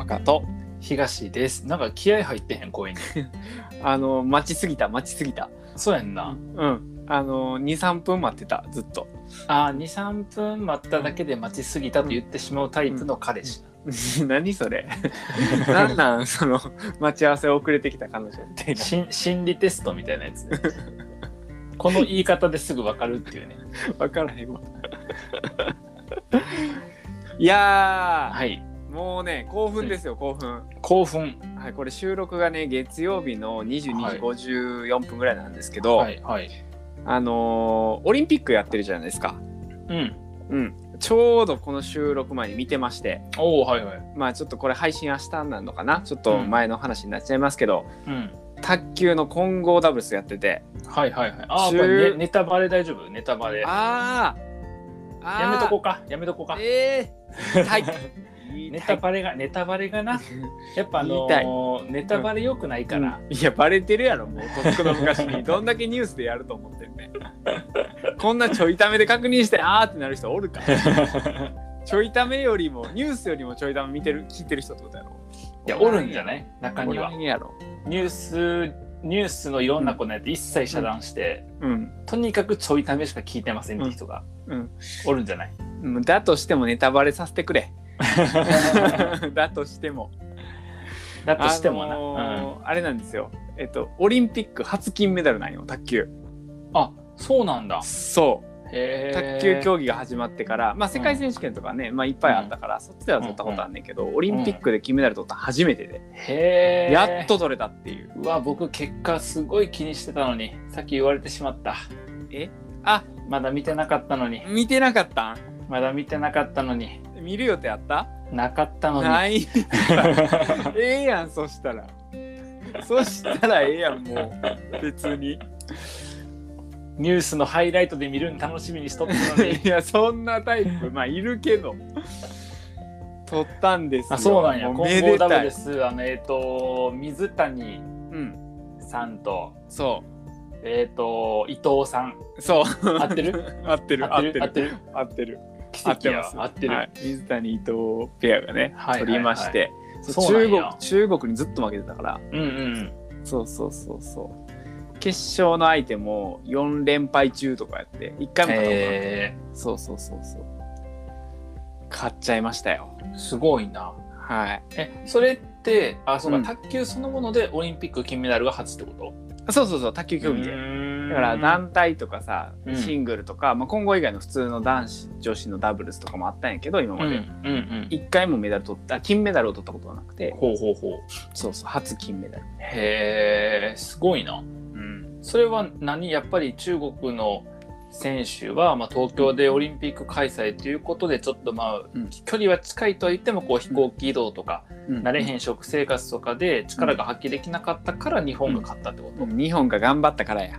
若と東です。なんか気合入ってへん声に。 待ちすぎたそうやんな。 2、3分待ってたずっと。 2、3分待っただけで待ちすぎたと言ってしまうタイプの彼氏。 何それなんその待ち合わせ遅れてきた彼女みたいな心理テストみたいなやつ。この言い方ですぐ分かるっていうね。 分からへんわ。いやー、 はい、 もうね興奮ですよ、興奮。はい、これ収録がね月曜日の22時54分ぐらいなんですけど、 はいはい、 オリンピックやってるじゃないですか。ちょうどこの収録前に見てまして、 はいはい、 まあちょっとこれ配信明日になるのかな、ちょっと前の話になっちゃいますけど、卓球の混合ダブルスやってて、 はいはいはい。これ、ネタバレ大丈夫？ネタバレ。やめとこうか。はい。ネタバレがな。やっぱネタバレ良くないから。 いやバレてるやろもうとっくの昔に。どんだけニュースでやると思ってるね。こんなちょいためで確認してってなる人おるか。ちょいためよりもニュースよりもちょいため聞いてる人ってことやろ。 いやおるんじゃない？中には。 やろ。 ニュースのいろんなことやって一切遮断して、とにかくちょいためしか聞いてませんって人がおるんじゃない？ だとしてもネタバレさせてくれ。だとしてもな、あれなんですよ。オリンピック初金メダルなんよ、卓球。 そうなんだ。 そう。卓球競技が始まってから、世界選手権とかね、いっぱいあったから、そっちでは取ったことあんねんけど、オリンピックで金メダル取った初めてで、やっと取れたっていう。 僕結果すごい気にしてたのに、さっき言われてしまった。まだ見てなかったのに。 見てなかったん？ まだ見てなかったのに。 見る予定あった？ なかったのに。 ない。ええやん、そしたらええやん、もう別に。 ニュースのハイライトで見るの楽しみにしとったのに。 いや、そんなタイプいるけど撮ったんですよ。 そうなんや。混合ダブルス、水谷さんと、伊藤さん。 そう。 合ってる？合ってる。奇跡や。合ってる。 水谷伊藤ペアがね、取りまして、中国にずっと負けてたから。そう。決勝の相手も4連敗中とかやって1回も勝った。そう勝っちゃいましたよ。 すごいな。 はい。 それって卓球そのものでオリンピック金メダルが初ってこと？ そう卓球競技で。だから団体とかさ、シングルとか、混合以外の普通の男子女子のダブルスとかもあったんやけど、今まで1回も金メダルを取ったことはなくて、そう初金メダル。 へー、すごいな。それはやっぱり中国の選手は、東京でオリンピック開催ということでちょっと距離は近いとは言っても飛行機移動とか、慣れへん食生活とかで力が発揮できなかったから日本が勝ったってこと？ 日本が頑張ったからや。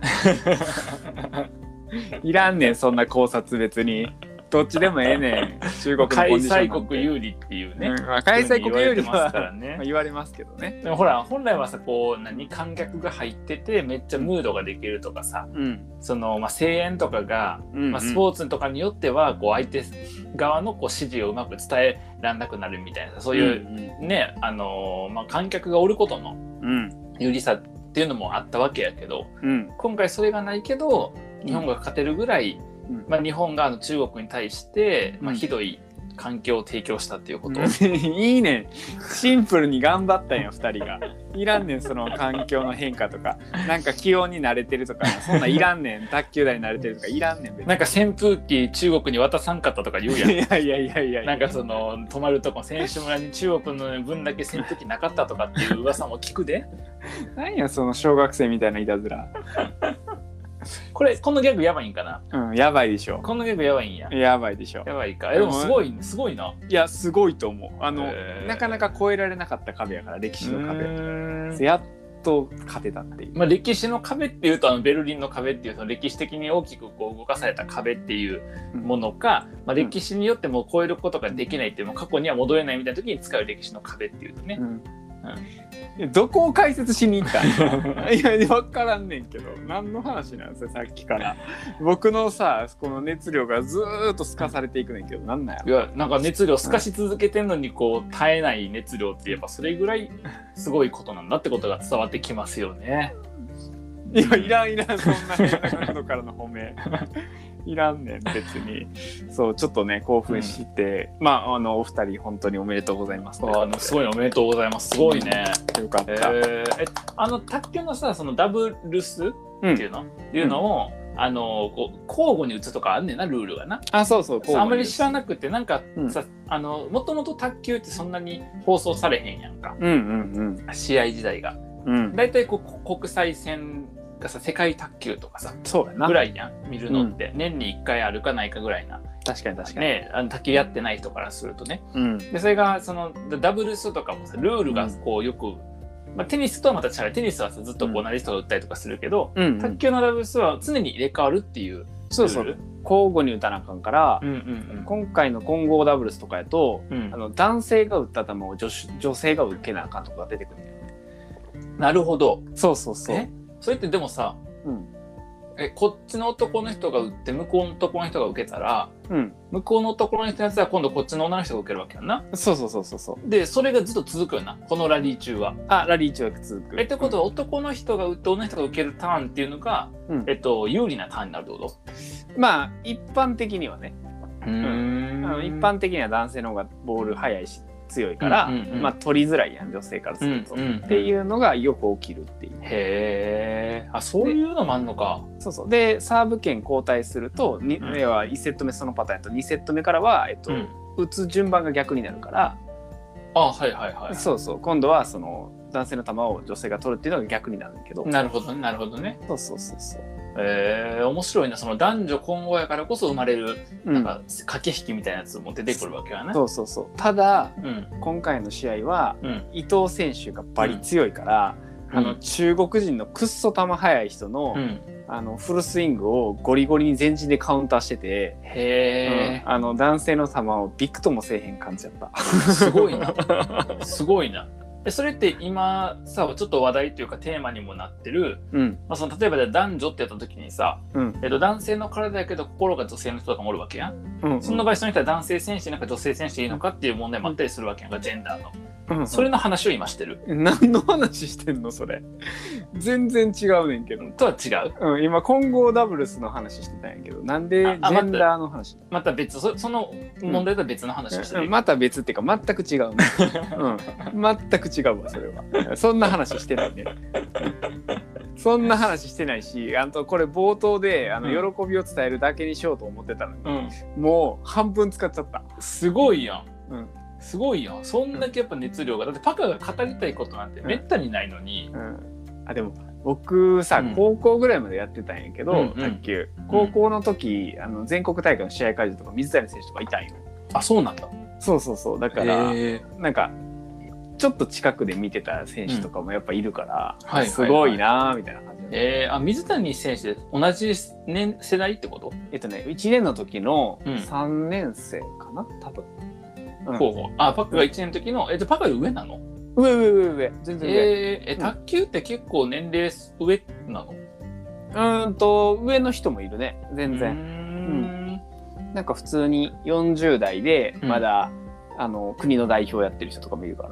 いらんねんそんな考察。別にどっちでもええねん。中国のコンディション開催国有利っていうね、 開催国有利は言われますけどね。 でもほら本来はさ観客が入っててめっちゃムードができるとかさ、声援とかが、スポーツとかによっては相手側の支持をうまく伝えらんなくなるみたいな、そういうね、観客がおることの有利さっていうのもあったわけやけど、今回それがないけど日本が勝てるぐらい、日本が中国に対して、ひどい環境を提供したっていうこと。 いいねん。シンプルに頑張ったんよ2人が。いらんねんその環境の変化とか、なんか気温に慣れてるとか、そんないらんねん。卓球台に慣れてるとかいらんねん。 なんか扇風機中国に渡さんかったとか言うやん。 いや。 なんか泊まるとこ選手村に中国の分だけ扇風機なかったとかっていう噂も聞くで。 なんやその小学生みたいないたずら。 このギャグやばいんかな？ やばいでしょ。 このギャグやばいんや。 やばいでしょ。 やばいか。でもすごいな。 いやすごいと思う。なかなか越えられなかった壁やから、歴史の壁。やっと勝てたっていう。 歴史の壁っていうとベルリンの壁っていう歴史的に大きく動かされた壁っていうものか、歴史によっても超えることができないっていう過去には戻れないみたいな時に使う歴史の壁っていうとね、 どこを解説しに行ったんいや分からんねんけど、何の話なんですよさっきから僕のさこの熱量がずーっと透かされていくねんけど、なんなんやろ。 いやなんか熱量透かし続けてんのにこう絶えない熱量ってやっぱそれぐらいすごいことなんだってことが伝わってきますよね。 いやいらんそんな変な角度からの褒めいらんねん別に。そうちょっとね興奮して、まあお二人本当におめでとうございます。 すごいおめでとうございます。すごいね。 よかった。 卓球のさそのダブルスっていうのをこう交互に打つとかあんねんなルールがな。 あそうそうあんまり知らなくてなんかさ、もともと卓球ってそんなに放送されへんやんか、試合自体が。だいたい国際戦がさ世界卓球とかさそうやなぐらいやん見るのって、年に1回あるかないかぐらいな。 確かにね、卓球やってない人からするとね、でそれがそのダブルスとかもさルールがこうよく、テニスとはまた違う。テニスはさずっとこう同じ人が打ったりとかするけど、卓球のダブルスは常に入れ替わるっていうルール。 そうそう交互に打たなあかんから、今回の混合ダブルスとかやと、男性が打った球を女性が受けなあかんとかが出てくるんだよね。 なるほど。 そうそれってでもさ、こっちの男の人が打って向こうの男の人が受けたら、向こうの男の人のやつは今度こっちの女の人が受けるわけやんな。 そうでそれがずっと続くよなこのラリー中は。 ラリー中は続く。 ってことは男の人が打って女の人が受けるターンっていうのが、有利なターンになるってこと？ まあ一般的にはね。一般的には男性の方がボール速いし強いから、取りづらいやん女性からすると、っていうのがよく起きるっていう。 へえ。そういうのもあんのか。 そうでサーブ権交代すると、要は1セット目そのパターンと2セット目からは、打つ順番が逆になるから。そう今度はその男性の球を女性が取るっていうのが逆になるんだけど。 なるほどね。 そう面白いな。その男女混合やからこそ生まれるなんか駆け引きみたいなやつも出てくるわけやね。 そうただ、今回の試合は、伊藤選手がバリ強いから、中国人のくっそ球速い人の、フルスイングをゴリゴリに前陣でカウンターしてて、男性の球をビクともせえへん感じだった。 すごいな。それって今さちょっと話題というかテーマにもなってる、その例えば男女ってやった時にさ、男性の体やけど心が女性の人とかもおるわけやん。その場合その人は男性選手なんか女性選手でいいのかっていう問題もあったりするわけやんか、ジェンダーの。それの話を今してる。 何の話してんのそれ。全然違うねんけど。 とは違う。 今混合ダブルスの話してたんやけど、なんでジェンダーの話？ また別、その問題とは別の話をしてる。 また別っていうか全く違うね。全く違うわそれは。そんな話してないね。そんな話してないし、これ冒頭で喜びを伝えるだけにしようと思ってたのに、もう半分使っちゃった。 すごいやん。すごいよ。そんだけやっぱ熱量が。だってパカが語りたいことなんてめったにないのに。 でも僕さ、高校ぐらいまでやってたんやけど、卓球。高校の時全国大会の試合会場とか水谷選手とかいたんよ。 あ、そうなんだ。 そうだからなんかちょっと近くで見てた選手とかもやっぱいるから、すごいなーみたいな感じ。 水谷選手で同じ世代ってこと？ 1年の時の3年生かな多分。 パクが1年の時のパクより上なの？ 上全然上。 卓球って結構年齢上なの？ 上の人もいるね全然。なんか普通に40代でまだ、国の代表やってる人とかもいるから。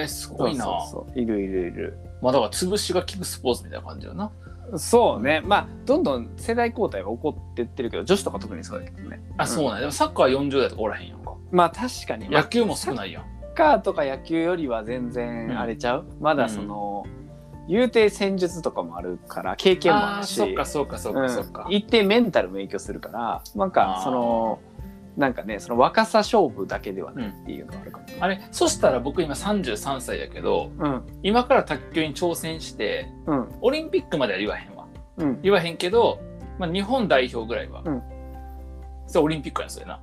すごいな。 いる。 だから潰しが効くスポーツみたいな感じだな。 そうね。どんどん世代交代は起こってってるけど、女子とか特にそうだけどね。 そうなんでもサッカーは40代とかおらへんやんか。 確かに。 野球も少ないやん。 サッカーとか野球よりは全然あれちゃう。まだ言うて戦術とかもあるから経験もあるし。 そうか。 一定メンタルも影響するから、なんかね、その若さ勝負だけではないっていうのがあるかも。 そしたら僕今33歳やけど、今から卓球に挑戦して、オリンピックまでは言わへんわ。言わへんけど、日本代表ぐらいは。それオリンピックやんそれな。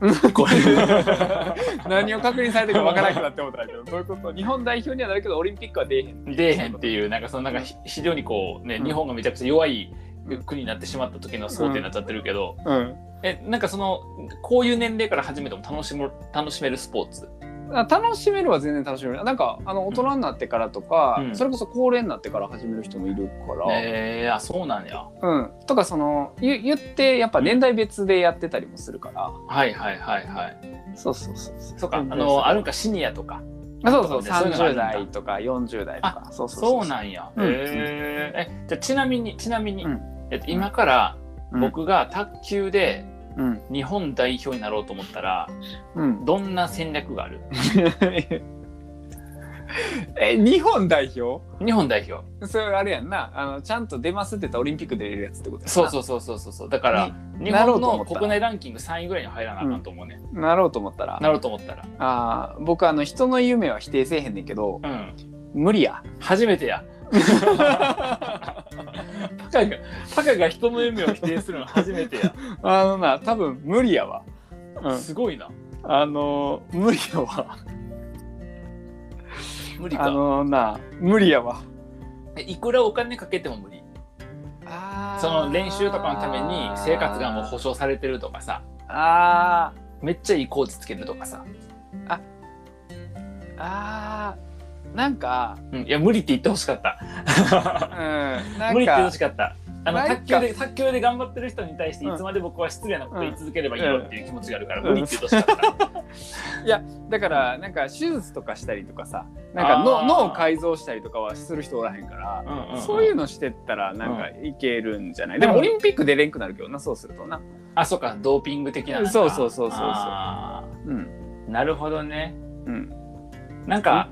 何を確認されてるか分からなくなって思ったんだけど、どういうこと？日本代表にはなるけどオリンピックは出えへんっていう、なんか非常にこうね、日本がめちゃくちゃ弱い国になってしまった時の想定になっちゃってるけど、なんかこういう年齢から始めても楽しめるスポーツ楽しめるは全然楽しめる。なんか大人になってからとか、それこそ高齢になってから始める人もいるから。 あ、そうなんや。 とか言ってやっぱ年代別でやってたりもするから。 はいはいはいはい。 そうか、あるんかシニアとか。 そう30代とか40代とか。 そうなんや。じゃあちなみに、今から僕が卓球で日本代表になろうと思ったら、どんな戦略がある？ 日本代表？ 日本代表。 それあれやんな。ちゃんと出ますって言ったらオリンピック出れるやつってことやな。 そう。だから日本の国内ランキング3位ぐらいに入らなあかんと思うね。 なろうと思ったら。僕人の夢は否定せえへんねんけど、無理や。 初めてや。パカが人の夢を否定するの初めてや。 多分無理やわ。 すごいな。 無理やわ。 無理か。 無理やわ。 いくらお金かけても無理。その練習とかのために生活がもう保証されてるとかさ。めっちゃいいコーチつけるとかさ。 なんか、 いや無理って言ってほしかった。無理って言ってほしかった。卓球で頑張ってる人に対していつまで僕は失礼なこと言い続ければいいよっていう気持ちがあるから無理って言ってほしかった。 いやだからなんか手術とかしたりとかさ、なんか脳を改造したりとかはする人おらへんから、そういうのしてったらなんかいけるんじゃない？でもオリンピック出れんくなるけどな、そうするとな。 そうか、ドーピング的な。 そう。 なるほどね。なんか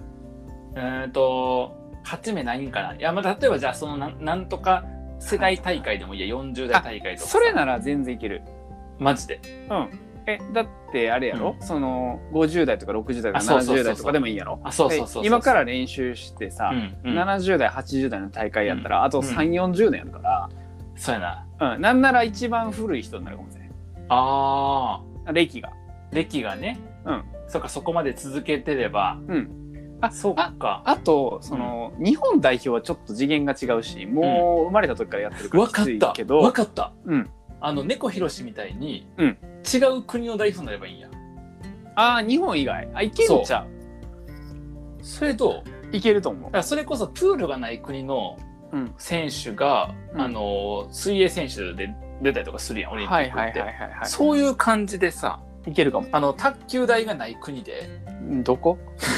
勝ち目ないんかな。いや例えばじゃあなんとか世代大会でもいいや、40代大会とか。 それなら全然いける。 マジで。 だってあれやろ、50代とか60代とか70代とかでもいいやろ。今から練習してさ、70代80代の大会やったらあと3、40年やるから。 そうやな。 なんなら一番古い人になるかもしれない。歴がね。そこまで続けてれば。そうか。 あと日本代表はちょっと次元が違うし、もう生まれた時からやってるからきついけど。 分かった。猫ひろしみたいに違う国の代表になればいいんや。 日本以外いけるんちゃう？ それといけると思う。 それこそプールがない国の選手が水泳選手で出たりとかするやん、オリンピックって。そういう感じでさ、 いけるかも。 卓球台がない国で。 どこ？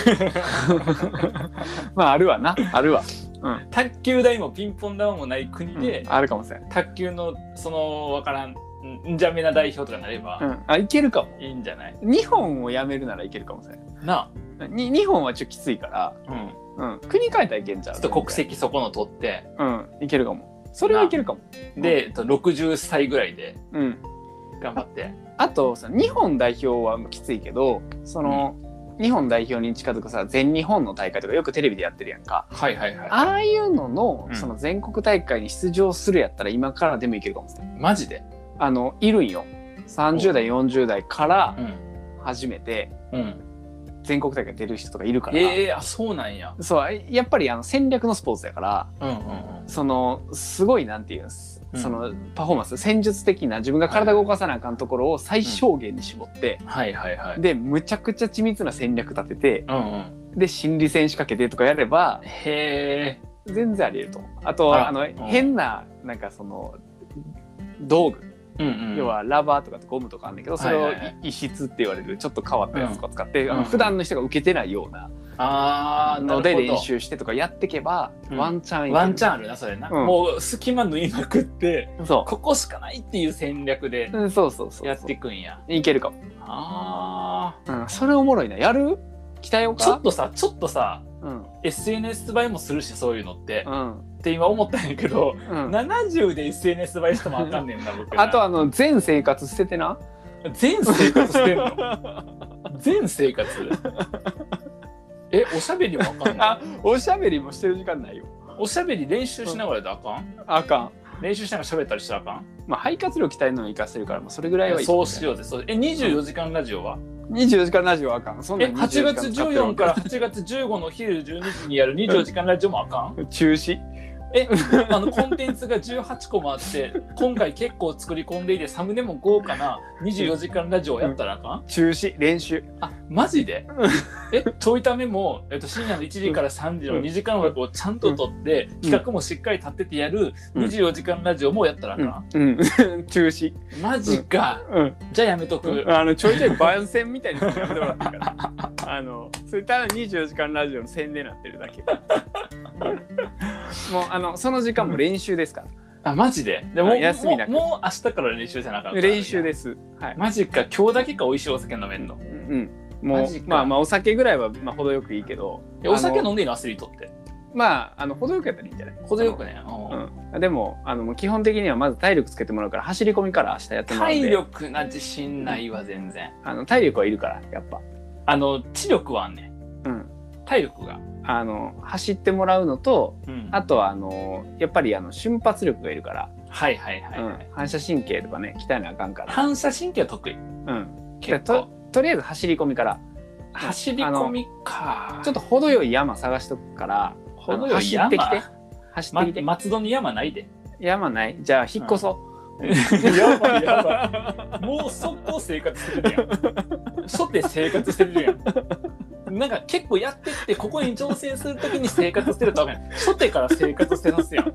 あるわな、あるわ。 卓球台もピンポン玉もない国で、 あるかもしれない。 卓球のわからんんじゃめな代表とかなれば、 いけるかも。 いいんじゃない？ 日本をやめるならいけるかもしれない。日本はちょっときついから、国変えたらいけんちゃう。 ちょっと国籍そこの取って、 いけるかも。それはいけるかも。 で、60歳ぐらいで頑張って。 あと日本代表はきついけど、日本代表に近づくさ、全日本の大会とかよくテレビでやってるやんか。ああいうのの全国大会に出場するやったら今からでもいけるかもしれない。 マジで？ いるんよ。30代40代から始めて全国大会出る人とかいるから。 そうなんや。 そうやっぱり戦略のスポーツやから、すごいなんていうんです、パフォーマンス、戦術的な自分が体動かさなあかんところを最小限に絞って、でむちゃくちゃ緻密な戦略立てて、で心理戦仕掛けてとかやれば全然あり得ると思う。あと変ななんか道具、要はラバーとかゴムとかあるんだけど、それを異質って言われるちょっと変わったやつとか使って、普段の人が受けてないようなので練習してとかやっていけばワンチャンあるな、それな。もう隙間縫いまくってここしかないっていう戦略でやっていくんや。 いけるかも。それおもろいな。やる？期待をか。 ちょっとさ、SNS 映えもするし、そういうのってって今思ったんやけど、70で SNS 映えしてもあかんねんな僕。 あと全生活捨ててな。 全生活してんの？全生活？おしゃべりもあかんの？ おしゃべりもしてる時間ないよ。 おしゃべり練習しながらであかん？ あかん。 練習しながら喋ったりしたらあかん？ 肺活量鍛えるのに活かせるから、それぐらいはいい。 そうしようぜ。24時間ラジオは ？24時間ラジオはあかん。そんな 8月14から8月15の昼12時にやる24時間ラジオもあかん？ 中止。 コンテンツが18個もあって今回結構作り込んでいてサムネも豪華な24時間ラジオやったらあかん？ 中止練習。 マジで？ちょいためも、深夜の1時から3時の2時間枠をちゃんと撮って、企画もしっかり立っててやる24時間ラジオもやったらあかん？ 中止。 マジか。じゃあやめとく。 ちょいちょい番宣みたいにするのやめてもらっていいから。それただ24時間ラジオの宣伝になってるだけ。もうその時間も練習ですから。 マジで？でも休みなく。 もう明日から練習じゃなかった。 練習です。はい。 マジか。今日だけか美味しいお酒飲めんの？ もうお酒ぐらいは程よくいいけど。 お酒飲んでいいの？アスリートって。 程よくやったらいいんじゃない？ 程よくね。 でも基本的にはまず体力つけてもらうから走り込みから明日やってもらうんで。 体力な自信ないわ全然。 体力はいるからやっぱ。 知力はあんねん。体力が。走ってもらうのと、あとはやっぱり瞬発力がいるから。反射神経とかね鍛えなあかんから。反射神経は得意。 とりあえず走り込みから。 走り込みか。 ちょっと程よい山探しとくから。 程よい山。走ってきて。松戸に山ないで。 山ない？じゃあ引っ越そう。 やばい。もう速攻生活してるやん。初手生活してるやん。なんか結構やってってここに挑戦するときに生活してるとわかんない。初手から生活してますやん。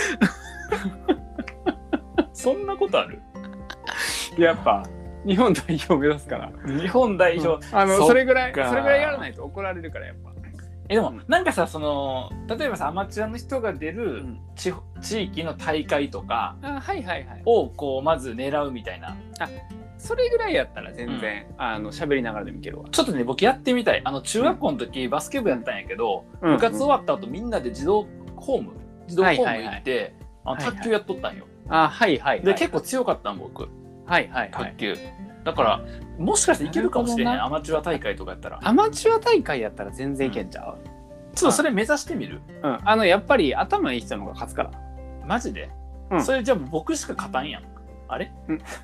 そんなことある？ やっぱ日本代表目指すから。 日本代表、 それぐらいやらないと怒られるからやっぱ。 でもなんかさ例えばさアマチュアの人が出る地域の大会とかをこうまず狙うみたいな。 それぐらいやったら全然喋りながらでもいけるわ。 ちょっとね僕やってみたい。中学校の時バスケ部やったんやけど、部活終わった後みんなで児童ホーム行って卓球やっとったんよ。で結構強かったん僕。卓球だからもしかしていけるかもしれへん。アマチュア大会とかやったら。 アマチュア大会やったら全然いけんちゃう？ ちょっとそれ目指してみる？ やっぱり頭いい人の方が勝つから。 マジで？それじゃあ僕しか勝たんやん。あれ？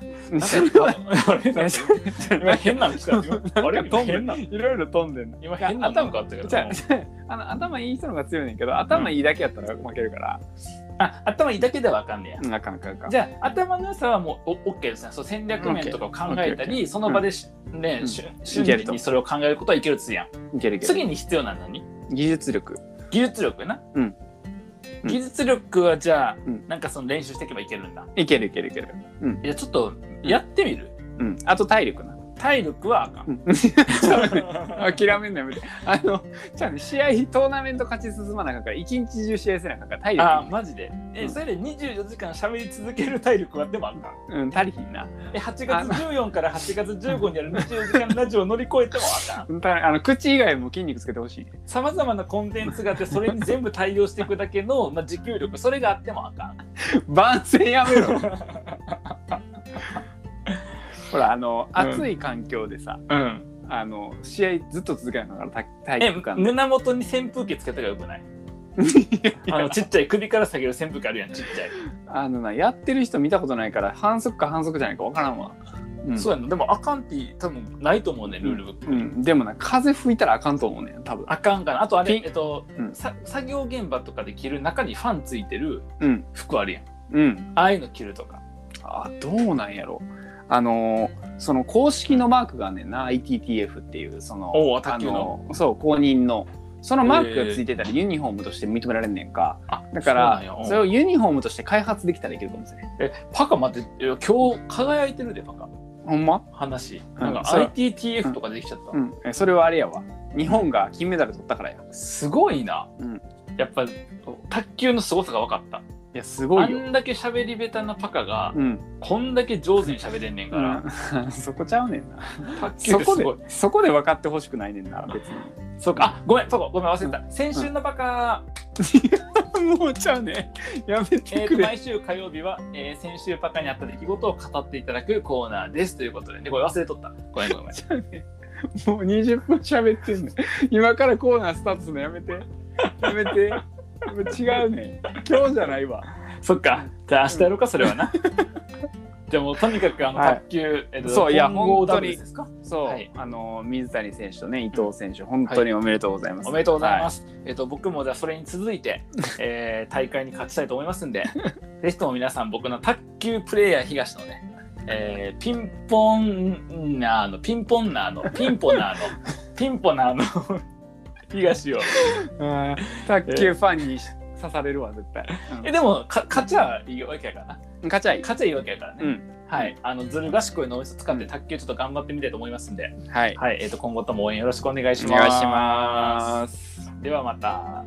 変なの来た。あれ？変なの？いろいろ飛んでんの。 今変なのかってから。 頭いい人の方が強いねんけど、頭いいだけやったら負けるから。 頭いいだけではあかんねや。 あかん。 じゃあ頭の良さはもうOKですね。戦略面とかを考えたり、その場でね瞬時にそれを考えることはいけるつやん。次に必要なのに技術力な。技術力はじゃあなんか練習していけばいけるんだ。いける。いやちょっとやってみる。 あと体力な。 体力はあかん。 諦めんのやめて。じゃあね、試合トーナメント勝ち進まなあかんから一日中試合せなあかんから体力。 マジで？それで24時間喋り続ける体力はでもあるか？ 足りひんな。 8月14から8月15にやる24時間ラジオを乗り越えてもあかん。 口以外も筋肉つけてほしい。 さまざまなコンテンツがあってそれに全部対応していくだけの持久力、それがあってもあかん。 番宣やめろ。ほら暑い環境でさ、試合ずっと続けながら体育館胸元に扇風機つけたらよくない？ちっちゃい首から下げる扇風機あるやん、ちっちゃい。やってる人見たことないから反則か反則じゃないか分からんわ。 そうやな。でもあかんって多分ないと思うね、ルールブック。 でも風吹いたらあかんと思うねん多分。 あかんかな。あとあれ作業現場とかで着る中にファンついてる服あるやん。ああいうの着るとか。 どうなんやろ。その公式のマークがあんねんな、 ITTF っていう公認のそのマークがついてたらユニフォームとして認められんねんか。だからそれをユニフォームとして開発できたらいけるかもしれない。 パカ待って、今日輝いてるでパカ。 ほんま？ 話なんか ITTF とかできちゃった。 それはあれやわ、日本が金メダル取ったからや。 すごいな。やっぱ卓球の凄さが分かった。 いやすごいよ。 あんだけ喋り下手なパカが、こんだけ上手に喋れんねんから、 そこちゃうねんな。そこで分かってほしくないねんな別に。 そうか。ごめん忘れた。先週のパカもうちゃうね。やめてくれ。 毎週火曜日は、先週パカにあった出来事を語っていただくコーナーですということで、これ忘れとった。ごめん。 もう20分喋ってんねん。今からコーナースタートするのやめて。違うねん。今日じゃないわ。 そっか。じゃあ明日やろうか、それはな。 じゃあもうとにかく卓球、 そう、いや本当にそう、はい、水谷選手とね伊藤選手本当におめでとうございます。 おめでとうございます。僕もじゃあそれに続いて、大会に勝ちたいと思いますんで、ぜひとも皆さん僕の卓球プレイヤー東のね、ピンポナーの東を卓球ファンに刺されるわ絶対。 でも勝ちはいいわけやからな。 勝ちはいいわけやからね。はい、ずる賢い脳みそ使って卓球ちょっと頑張ってみたいと思いますんで、はい、今後とも応援よろしくお願いします。 お願いします。 ではまた。